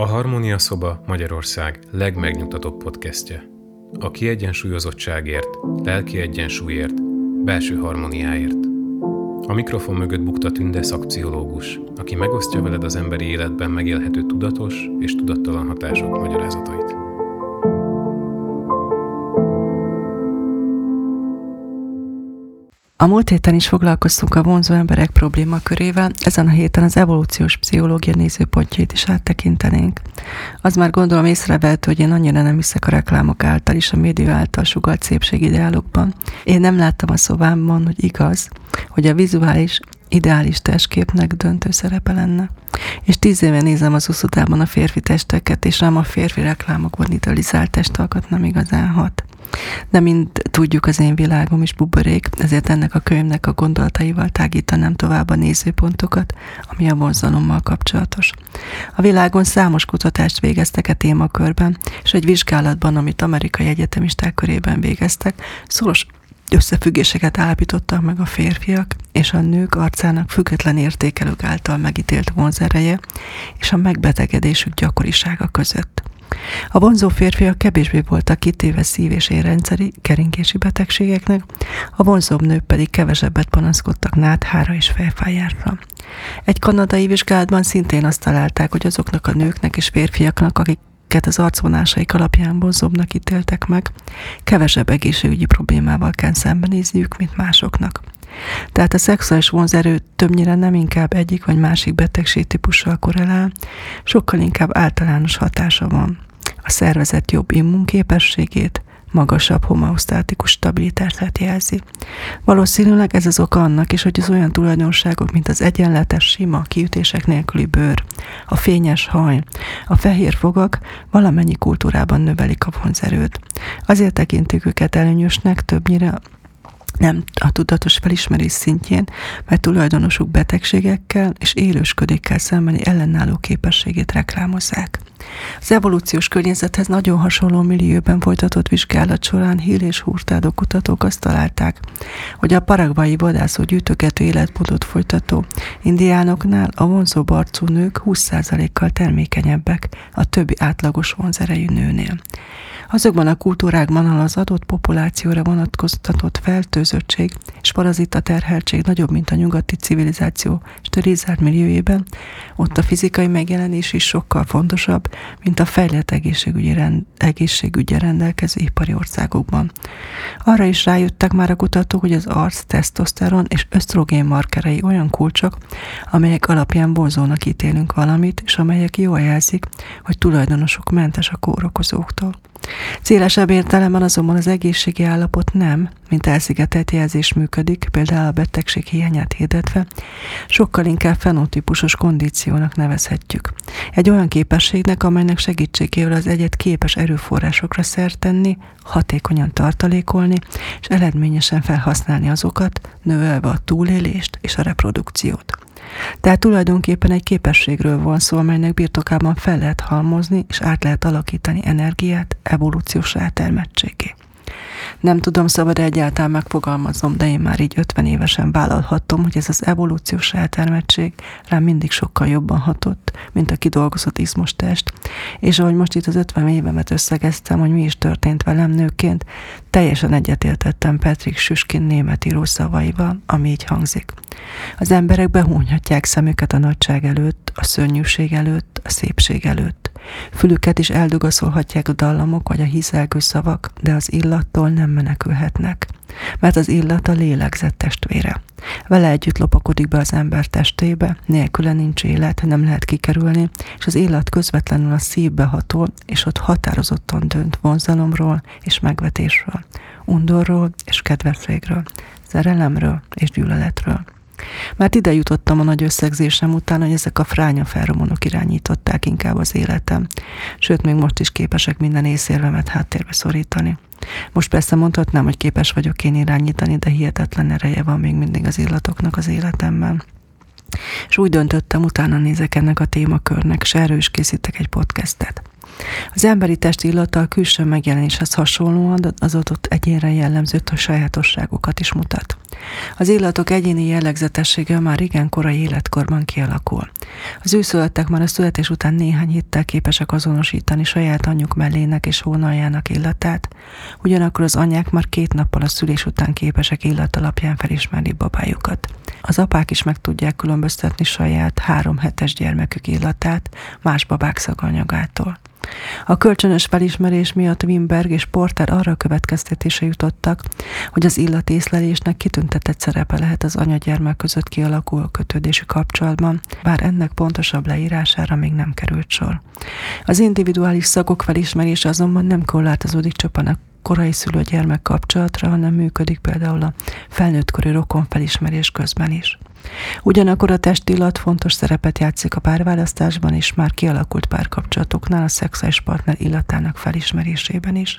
A Harmónia Szoba Magyarország legmegnyugtatóbb podcastje. A kiegyensúlyozottságért, lelki egyensúlyért, belső harmóniáért. A mikrofon mögött bukta Tünde szakpszichológus, aki megosztja veled az emberi életben megélhető tudatos és tudattalan hatások magyarázatait. A múlt héten is foglalkoztunk a vonzó emberek problémakörével, ezen a héten az evolúciós pszichológia nézőpontjait is áttekintenénk. Az már gondolom észrevehető, hogy én annyira nem hiszek a reklámok által és a média által sugalt szépségideálokban. Én nem láttam a szobámban, hogy igaz, hogy a vizuális, ideális testképnek döntő szerepe lenne. És 10 éve nézem az uszodában a férfi testeket, és ám a férfi reklámokban idealizált testalkat nem igazán hat. De mint tudjuk, az én világom is buborék, ezért ennek a könyvnek a gondolataival tágítanám tovább a nézőpontokat, ami a vonzalommal kapcsolatos. A világon számos kutatást végeztek a témakörben, és egy vizsgálatban, amit amerikai egyetemisták körében végeztek, szoros összefüggéseket állapítottak meg a férfiak és a nők arcának független értékelők által megítélt vonzereje és a megbetegedésük gyakorisága között. A vonzó férfiak kevésbé voltak kitéve szív- és érrendszeri keringési betegségeknek, a vonzóbb nők pedig kevesebbet panaszkodtak náthára és fejfájásra. Egy kanadai vizsgálatban szintén azt találták, hogy azoknak a nőknek és férfiaknak, akiket az arcvonásaik alapján vonzóbbnak ítéltek meg, kevesebb egészségügyi problémával kell szembenézniük, mint másoknak. Tehát a szexuális vonzerő többnyire nem inkább egyik vagy másik betegségtípussal korrelál, sokkal inkább általános hatása van. A szervezet jobb immunképességét, magasabb homeosztátikus stabilitását jelzi. Valószínűleg ez az oka annak is, hogy az olyan tulajdonságok, mint az egyenletes, sima, kiütések nélküli bőr, a fényes haj, a fehér fogak valamennyi kultúrában növelik a vonzerőt. Azért tekintjük őket előnyösnek többnyire nem a tudatos felismerés szintjén, mert tulajdonosuk betegségekkel és élősködékkel szembeni ellenálló képességét reklámozzák. Az evolúciós környezethez nagyon hasonló millióben folytatott vizsgálat során Hill és Hurtado kutatók azt találták, hogy a paraguayi vadászó gyűjtögető életmódot folytató indiánoknál a vonzóbb arcú nők 20%-kal termékenyebbek a többi átlagos vonzerejű nőnél. Azokban a kultúrákban, ahol az adott populációra vonatkoztatott fertőzöttség és parazita terheltség nagyobb, mint a nyugati civilizáció sterilizált milliójében, ott a fizikai megjelenés is sokkal fontosabb, mint a fejlett egészségügyel rendelkező ipari országokban. Arra is rájöttek már a kutatók, hogy az arc, tesztoszteron és ösztrogén markerei olyan kulcsok, amelyek alapján vonzónak ítélünk valamit, és amelyek jól jelzik, hogy tulajdonosuk mentes a kórokozóktól. Szélesebb értelemben azonban az egészségi állapot nem, mint elszigetelt jelzés működik, például a betegség hiányát hirdetve, sokkal inkább fenotípusos kondíciónak nevezhetjük. Egy olyan képességnek, amelynek segítségével az egyet képes erőforrásokra szert tenni, hatékonyan tartalékolni, és eredményesen felhasználni azokat, növelve a túlélést és a reprodukciót. Tehát tulajdonképpen egy képességről van szó, amelynek birtokában fel lehet halmozni, és át lehet alakítani energiát evolúciós rátermettségé. Nem tudom, szabad egyáltalán megfogalmazom, de én már így 50 évesen vállalhatom, hogy ez az evolúciós rátermettség rám mindig sokkal jobban hatott, mint a kidolgozott izmos test. És ahogy most itt az 50 évemet összegeztem, hogy mi is történt velem nőként, teljesen egyetértettem Patrick Süschkin német író szavaival, ami így hangzik. Az emberek behúnyhatják szemüket a nagyság előtt, a szörnyűség előtt, a szépség előtt. Fülüket is eldugaszolhatják a dallamok vagy a hízelgő szavak, de az illattól nem menekülhetnek, mert az illat a lélegzet testvére. Vele együtt lopakodik be az ember testébe, nélküle nincs élet, nem lehet kikerülni, és az illat közvetlenül a szívbe hatol, és ott határozottan dönt vonzalomról és megvetésről, undorról és kedvességről, szerelemről és gyűlöletről. Mert ide jutottam a nagy összegzésem után, hogy ezek a fránya felromonok irányították inkább az életem, sőt, még most is képesek minden észérvemet háttérbe szorítani. Most persze mondhatnám, hogy képes vagyok én irányítani, de hihetetlen ereje van még mindig az illatoknak az életemben. És úgy döntöttem, utána nézek ennek a témakörnek, és erről is készítek egy podcastet. Az emberi test illata a külső megjelenéshez hasonlóan az adott egyénre jellemző sajátosságokat is mutat. Az illatok egyéni jellegzetessége már igen korai életkorban kialakul. Az őszülöttek már a születés után néhány héttel képesek azonosítani saját anyjuk mellének és hónaljának illatát, ugyanakkor az anyák már 2 nappal a szülés után képesek illat alapján felismerni babájukat. Az apák is meg tudják különböztetni saját 3 hetes gyermekük illatát más babák szaganyagától. A kölcsönös felismerés miatt Wimberg és Porter arra a következtetése jutottak, hogy az illatészlelésnek kitüntetett szerepe lehet az anya-gyermek között kialakuló kötődési kapcsolatban, bár ennek pontosabb leírására még nem került sor. Az individuális szagok felismerése azonban nem korlátozódik csupán a korai szülő-gyermek kapcsolatra, hanem működik például a felnőttkori rokon felismerés közben is. Ugyanakkor a testillat fontos szerepet játszik a párválasztásban és már kialakult párkapcsolatoknál a szexuális partner illatának felismerésében is.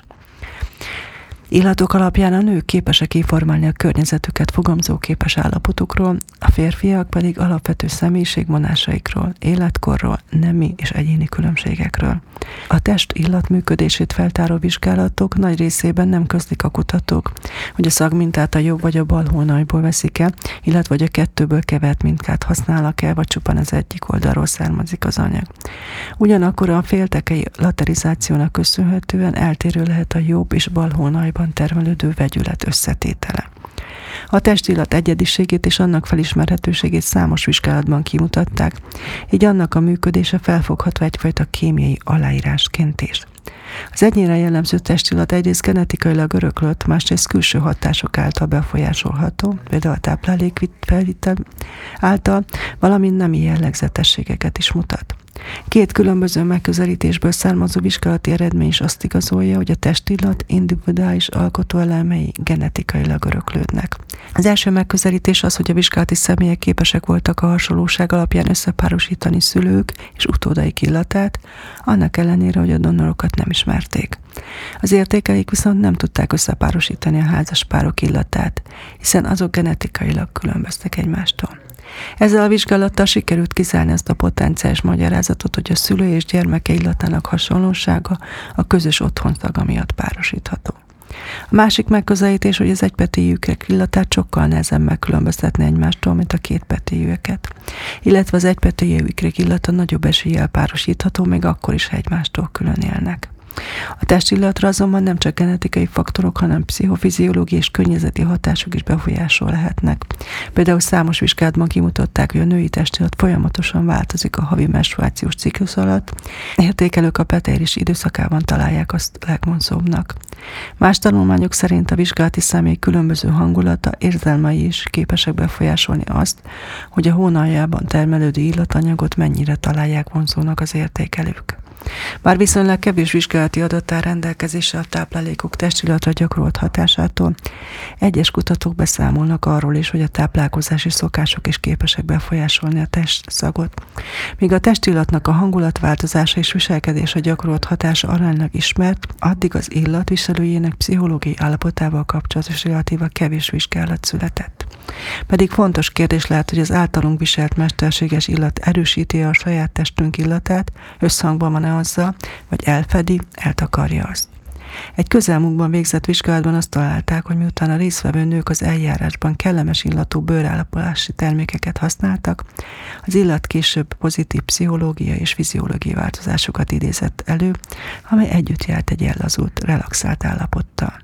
Illatok alapján a nők képesek informálni a környezetüket fogamzóképes állapotukról, a férfiak pedig alapvető személyiségvonásaikról, életkorról, nemi és egyéni különbségekről. A test illat működését feltáró vizsgálatok nagy részében nem közlik a kutatók, hogy a szagmintát a jobb vagy a bal hónalból veszik-e, illetve hogy a kettőből kevert mintát használnak-e, vagy csupán az egyik oldalról származik az anyag. Ugyanakkor a féltekei laterizációnak köszönhetően eltérő lehet a jobb és bal hónalban termelődő vegyület összetétele. A testillat egyediségét és annak felismerhetőségét számos vizsgálatban kimutatták, így annak a működése felfogható egyfajta kémiai aláírásként is. Az egyénre jellemző testillat egyrészt genetikailag öröklött, másrészt külső hatások által befolyásolható, például a táplálékfelvitel által, valamint nemi jellegzetességeket is mutat. 2 különböző megközelítésből származó vizsgálati eredmény is azt igazolja, hogy a testillat individuális alkotóelemei genetikailag öröklődnek. Az első megközelítés az, hogy a vizsgálati személyek képesek voltak a hasonlóság alapján összepárosítani szülők és utódaik illatát, annak ellenére, hogy a donorokat nem ismerték. Az értékelők viszont nem tudták összepárosítani a házas párok illatát, hiszen azok genetikailag különböztek egymástól. Ezzel a vizsgálattal sikerült kizárni azt a potenciális magyarázatot, hogy a szülő és gyermeke illatának hasonlósága a közös otthontagja miatt párosítható. A másik megközelítés, hogy az egypetéjűek illatát sokkal nehezebb megkülönböztetni egymástól, mint a kétpetéjűeket, illetve az egypetéjűek illata nagyobb eséllyel párosítható, még akkor is, ha egymástól külön élnek. A testillatra azonban nem csak genetikai faktorok, hanem pszichofiziológiai és környezeti hatások is befolyásol lehetnek. Például számos vizsgálatban kimutatták, hogy a női testillat folyamatosan változik a havi menstruációs ciklus alatt. Értékelők a peteérés időszakában találják azt legvonzóbbnak. Más tanulmányok szerint a vizsgálati személy különböző hangulata, érzelmei is képesek befolyásolni azt, hogy a hónaljában termelődő illatanyagot mennyire találják vonzónak az értékelők. Bár viszonylag kevés vizsgálati adat áll rendelkezésre a táplálékok testillatra gyakorolt hatásától, egyes kutatók beszámolnak arról is, hogy a táplálkozási szokások is képesek befolyásolni a testszagot. Míg a testillatnak a hangulatváltozása és viselkedése gyakorolt hatása aránylag ismert, addig az illat viselőjének pszichológiai állapotával kapcsolatos relatíva kevés vizsgálat született. Pedig fontos kérdés lehet, hogy az általunk viselt mesterséges illat erősíti a saját testünk illatát, összhangban van-e azzal, vagy elfedi, eltakarja azt. Egy közelmúltban végzett vizsgálatban azt találták, hogy miután a résztvevő nők az eljárásban kellemes illatú bőrállapolási termékeket használtak, az illat később pozitív pszichológiai és fiziológiai változásokat idézett elő, amely együtt járt egy ellazult, relaxált állapottal.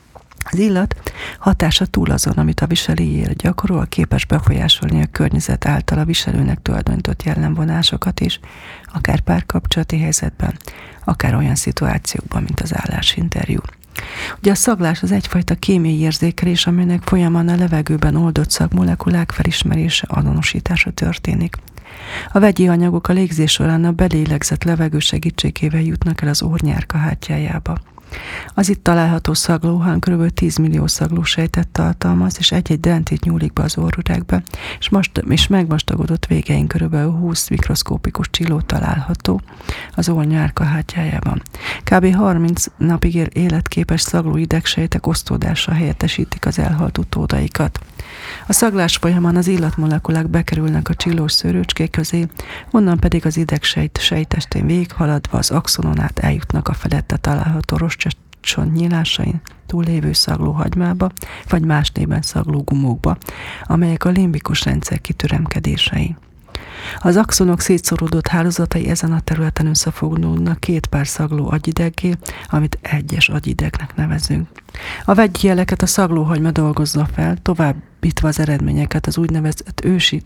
Az illat hatása túl azon, amit a viselőjére gyakorol, képes befolyásolni a környezet által a viselőnek tulajdonított jellemvonásokat is, akár párkapcsolati helyzetben, akár olyan szituációkban, mint az állásinterjú. Ugye a szaglás az egyfajta kémiai érzékelés, amelynek folyamán a levegőben oldott szagmolekulák felismerése, azonosítása történik. A vegyi anyagok a légzés során a belélegzett levegő segítségével jutnak el az orrnyálka hátjájába. Az itt található szaglóhang kb. 10 millió szaglósejtet tartalmaz, és egy-egy dentit nyúlik be az orrüregbe, és megvastagodott végein kb. 20 mikroszkópikus csilló található az orr nyálkahártyájában. Kb. 30 napig életképes szagló idegsejtek osztódással helyettesítik az elhalt utódaikat. A szaglás folyamán az illatmolekulák bekerülnek a csillós szőrőcskék közé, onnan pedig az idegsejt sejtestén végighaladva az axonon át eljutnak a felette található rostcsont nyílásain túllévő szaglóhagymába, vagy más néven szaglógumókba, amelyek a limbikus rendszer kitüremkedései. Az axonok szétszoródott hálózatai ezen a területen összefonódnak két pár szagló agyideggé, amit egyes agyidegnek nevezünk. A vegyi jeleket a szaglóhagyma dolgozza fel, továbbítva az eredményeket az úgynevezett ősi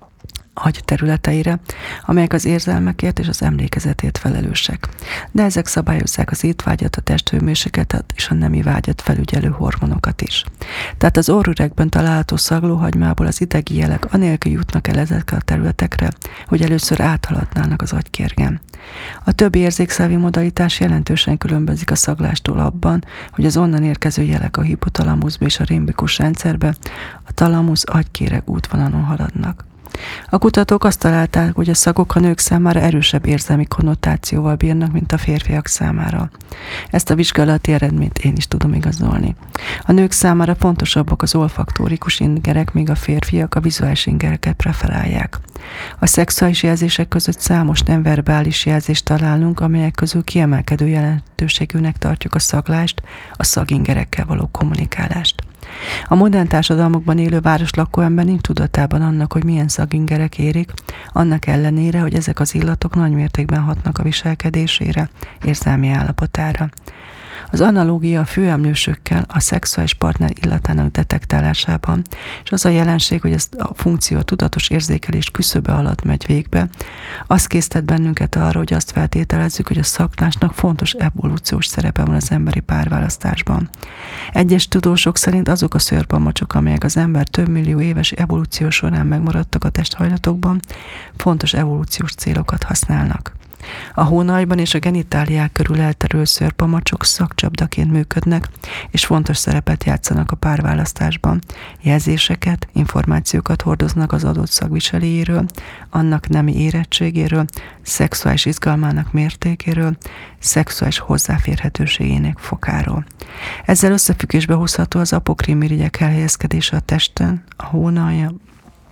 agy területeire, amelyek az érzelmekért és az emlékezetért felelősek. De ezek szabályozzák az étvágyat, a testhőmérsékletet és a nemi vágyat felügyelő hormonokat is. Tehát az orrüregben található szaglóhagymából az idegi jelek anélkül jutnak el ezekre a területekre, hogy először áthaladnának az agykérgen. A többi érzékszervi modalitás jelentősen különbözik a szaglástól abban, hogy az onnan érkező jelek a hipotalamuszba és a limbikus rendszerbe, a talamusz agykéreg útvonalon haladnak. A kutatók azt találták, hogy a szagok a nők számára erősebb érzelmi konnotációval bírnak, mint a férfiak számára. Ezt a vizsgálati eredményt én is tudom igazolni. A nők számára fontosabbak az olfaktórikus ingerek, míg a férfiak a vizuális ingereket preferálják. A szexuális jelzések között számos nem verbális jelzést találunk, amelyek közül kiemelkedő jelentőségűnek tartjuk a szaglást, a szagingerekkel való kommunikálást. A modern társadalmakban élő városlakó ember nincs tudatában annak, hogy milyen szagingerek érik, annak ellenére, hogy ezek az illatok nagy mértékben hatnak a viselkedésére, érzelmi állapotára. Az analógia a főemlősökkel a szexuális partner illatának detektálásában, és az a jelenség, hogy ez a funkció a tudatos érzékelés küszöbe alatt megy végbe, az késztet bennünket arra, hogy azt feltételezzük, hogy a szaglásnak fontos evolúciós szerepe van az emberi párválasztásban. Egyes tudósok szerint azok a szőrpamacsok, amelyek az ember több millió éves evolúció során megmaradtak a testhajlatokban, fontos evolúciós célokat használnak. A hónajban és a genitáliák körül elterülő szőrpamacsok szakcsapdaként működnek, és fontos szerepet játszanak a párválasztásban. Jelzéseket, információkat hordoznak az adott szag viseléjéről, annak nemi érettségéről, szexuális izgalmának mértékéről, szexuális hozzáférhetőségének fokáról. Ezzel összefüggésbe hozható az apokrin mirigyek elhelyezkedése a testen, a hónajban,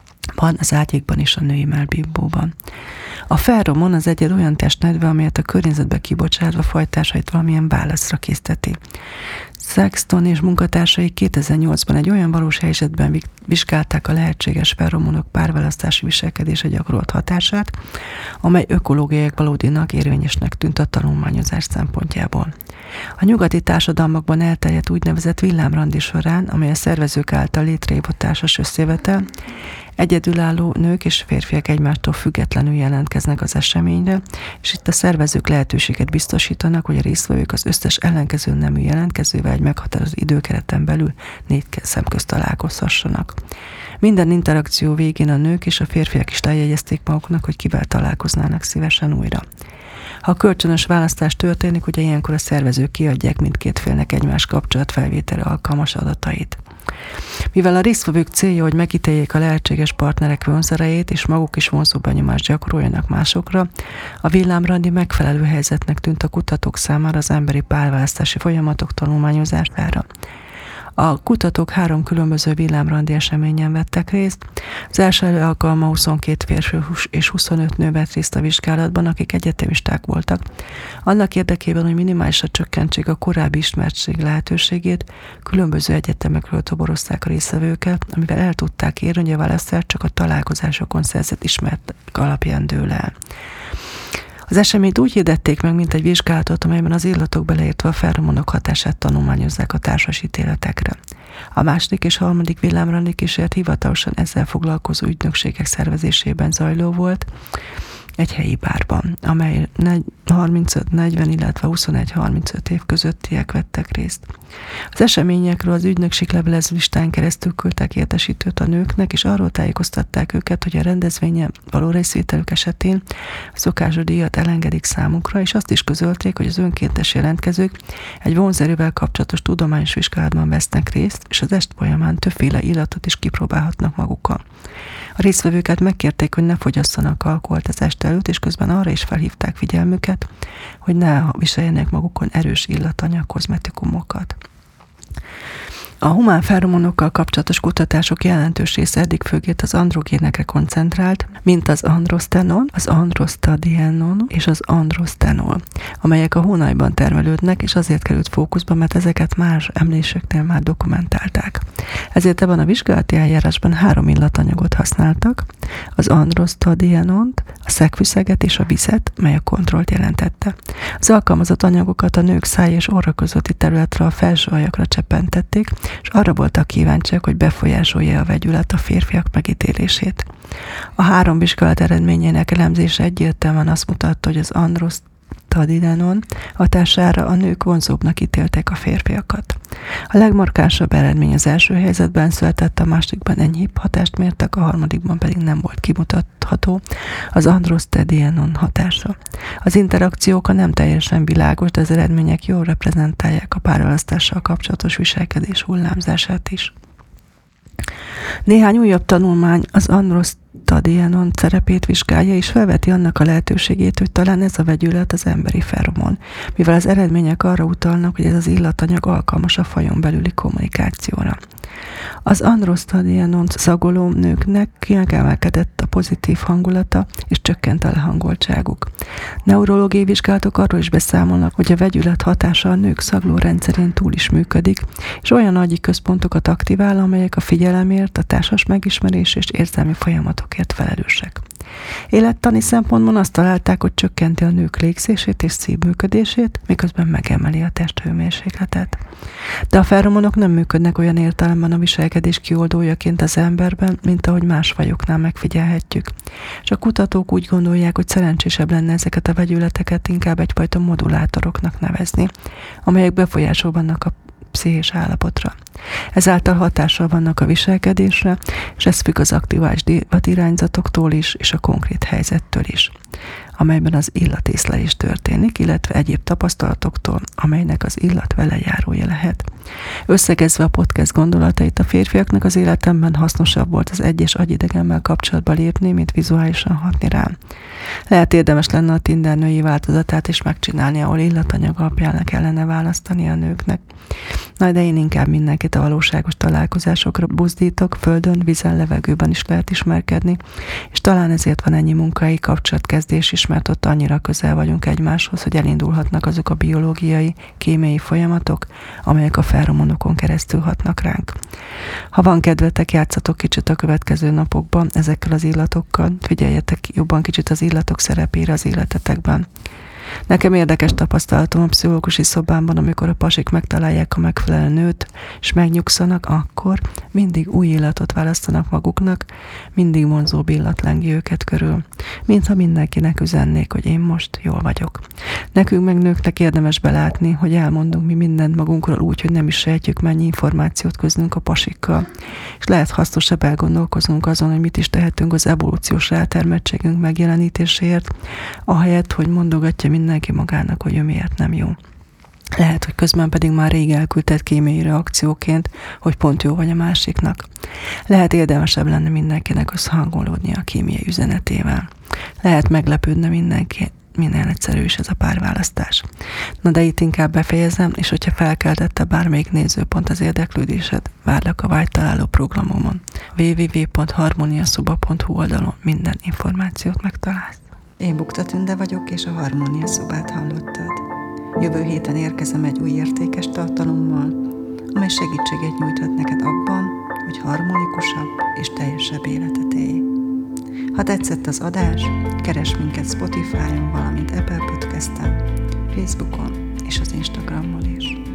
az ágyékban és a női mellbimbóban. A feromon az egyed olyan testnedve, amelyet a környezetbe kibocsátva fajtásait valamilyen válaszra készteti. Sexton és munkatársai 2008-ban egy olyan valós helyzetben vizsgálták a lehetséges feromonok párválasztási viselkedése gyakorolt hatását, amely ökológiai valódinak érvényesnek tűnt a tanulmányozás szempontjából. A nyugati társadalmakban elterjedt úgynevezett villámrandi során, amely a szervezők által létrejövött társas összejövetel, egyedülálló nők és férfiak egymástól függetlenül jelentkeznek az eseményre, és itt a szervezők lehetőséget biztosítanak, hogy a résztvevők az összes ellenkező nemű jelentkezővel egy meghatározott időkereten belül 4 szem közt találkozhassanak. Minden interakció végén a nők és a férfiak is eljegyezték maguknak, hogy kivel találkoznának szívesen újra. Ha kölcsönös választás történik, ugye ilyenkor a szervezők kiadják mindkét félnek egymás kapcsolatfelvételre alkalmas adatait. Mivel a résztvevők célja, hogy megítéljék a lehetséges partnerek vonzerejét, és maguk is vonzó benyomást gyakoroljanak másokra, a villámrandi megfelelő helyzetnek tűnt a kutatók számára az emberi párválasztási folyamatok tanulmányozására. A kutatók 3 különböző villámrandi eseményen vettek részt. Az első alkalma 22 férfi és 25 nő vett részt a vizsgálatban, akik egyetemisták voltak. Annak érdekében, hogy minimálisra csökkentsék a korábbi ismertség lehetőségét, különböző egyetemekről toborozták a résztvevőket, amivel el tudták érni, hogy a választás csak a találkozásokon szerzett ismertek alapján dől el. Az eseményt úgy hirdették meg, mint egy vizsgálatot, amelyben az illatok beleértve a feromonok hatását tanulmányozzák a társas ítéletekre. A második és harmadik villámrandi kísérlet hivatalosan ezzel foglalkozó ügynökségek szervezésében zajló volt, egy helyi bárban, amely 35-40, illetve 21-35 év közöttiek vettek részt. Az eseményekről az ügynökség levelező listán keresztül küldtek értesítőt a nőknek, és arról tájékoztatták őket, hogy a rendezvényen való részvételük esetén a szokásos díjat elengedik számukra, és azt is közölték, hogy az önkéntes jelentkezők egy vonzerővel kapcsolatos tudományos vizsgálatban vesznek részt, és az est folyamán többféle illatot is kipróbálhatnak magukkal. A résztvevőket megkérték, hogy ne fogyasszanak alkoholt az est előtt, és közben arra is felhívták figyelmüket, hogy ne viseljenek magukon erős illatanyag kozmetikumokat. A humán feromonokkal kapcsolatos kutatások jelentős része eddig főként az androgénekre koncentrált, mint az androsztenon, az androsztadienon és az androsztenol, amelyek a hónajban termelődnek, és azért került fókuszba, mert ezeket más emléseknél már dokumentálták. Ezért ebben a vizsgálati eljárásban 3 illatanyagot használtak, az androsztadienont, a szegfűszeget és a vizet, mely a kontrollt jelentette. Az alkalmazott anyagokat a nők száj és orra közötti területre, a felső aljakra cseppentették, és arra voltak kíváncsiak, hogy befolyásolja a vegyület a férfiak megítélését. A 3 vizsgálat eredményének elemzése egyértelműen azt mutatta, hogy az androsztadinenon hatására a nők vonzóbbnak ítélték a férfiakat. A legmarkánsabb eredmény az első helyzetben született, a másodikban enyhébb hatást mértek, a harmadikban pedig nem volt kimutatható az androsztadienon hatása. Az interakciók nem teljesen világos, de az eredmények jól reprezentálják a párválasztással kapcsolatos viselkedés hullámzását is. Néhány újabb tanulmány az androsztadienon szerepét vizsgálja, és felveti annak a lehetőségét, hogy talán ez a vegyület az emberi feromon, mivel az eredmények arra utalnak, hogy ez az illatanyag alkalmas a fajon belüli kommunikációra. Az androsztadienon szagoló nőknek kiemelkedett a pozitív hangulata, és csökkent a lehangoltságuk. Neurológiai vizsgálatok arról is beszámolnak, hogy a vegyület hatása a nők szagló rendszerén túl is működik, és olyan agyi központokat aktivál, amelyek a figyelemért, a társas megismerés és érzelmi folyamatokért felelősek. Élettani szempontból azt találták, hogy csökkenti a nők légzését és szívműködését, miközben megemeli a testhőmérsékletet. De a feromonok nem működnek olyan értelemben a viselkedés kioldójaként az emberben, mint ahogy más fajoknál megfigyelhetjük. És a kutatók úgy gondolják, hogy szerencsésebb lenne ezeket a vegyületeket inkább egyfajta modulátoroknak nevezni, amelyek befolyásol vannak a pszichés állapotra. Ezáltal hatással vannak a viselkedésre, és ez függ az aktivális irányzatoktól is, és a konkrét helyzettől is, amelyben az illatészlelés történik, illetve egyéb tapasztalatoktól, amelynek az illat velejárója lehet. Összegezve a podcast gondolatait, a férfiaknak az életemben hasznosabb volt az egyes agyidegemmel kapcsolatba lépni, mint vizuálisan hatni rám. Lehet érdemes lenne a Tinder női változatát is megcsinálni, ahol illatanyag alapján kellene választani a nőknek. Na, de én inkább mindenkit a valóságos találkozásokra buzdítok, földön, vízen, levegőben is lehet ismerkedni, és talán ezért van ennyi munkai kapcsolatkezdés is, mert ott annyira közel vagyunk egymáshoz, hogy elindulhatnak azok a biológiai, kémiai folyamatok, amelyek a feromonokon keresztül hatnak ránk. Ha van kedvetek, játszatok kicsit a következő napokban ezekkel az illatokkal, figyeljetek jobban kicsit az illatok szerepére az életetekben. Nekem érdekes tapasztalatom a pszichológusi szobámban, amikor a pasik megtalálják a megfelelő nőt, és megnyugszanak, akkor mindig új illatot választanak maguknak, mindig vonzóbb illat lengi őket körül, mintha mindenkinek üzennék, hogy én most jól vagyok. Nekünk meg nőknek érdemes belátni, hogy elmondunk mi mindent magunkról úgy, hogy nem is sejtjük, mennyi információt közlünk a pasikkal, és lehet hasznosabb elgondolkoznunk azon, hogy mit is tehetünk az evolúciós rátermettségünk megjelenítéséért, ahelyett, hogy mondogatja mindenki magának, hogy ő miért nem jó. Lehet, hogy közben pedig már rég elküldett kémiai reakcióként, hogy pont jó vagy a másiknak. Lehet érdemesebb lenne mindenkinek összehangolódni a kémiai üzenetével. Lehet meglepődne mindenki, minél egyszerű is ez a párválasztás. Na de itt inkább befejezem, és hogyha felkeltette bármelyik nézőpont az érdeklődésed, várlak a vágytaláló programomon. www.harmoniaszoba.hu oldalon minden információt megtalálsz. Én Bukta Tünde vagyok, és a Harmónia Szobát hallottad. Jövő héten érkezem egy új értékes tartalommal, amely segítséget nyújthat neked abban, hogy harmonikusabb és teljesebb életet élj. Ha tetszett az adás, keresd minket Spotify-on, valamint Apple Podcast-en, Facebookon és az Instagramon is.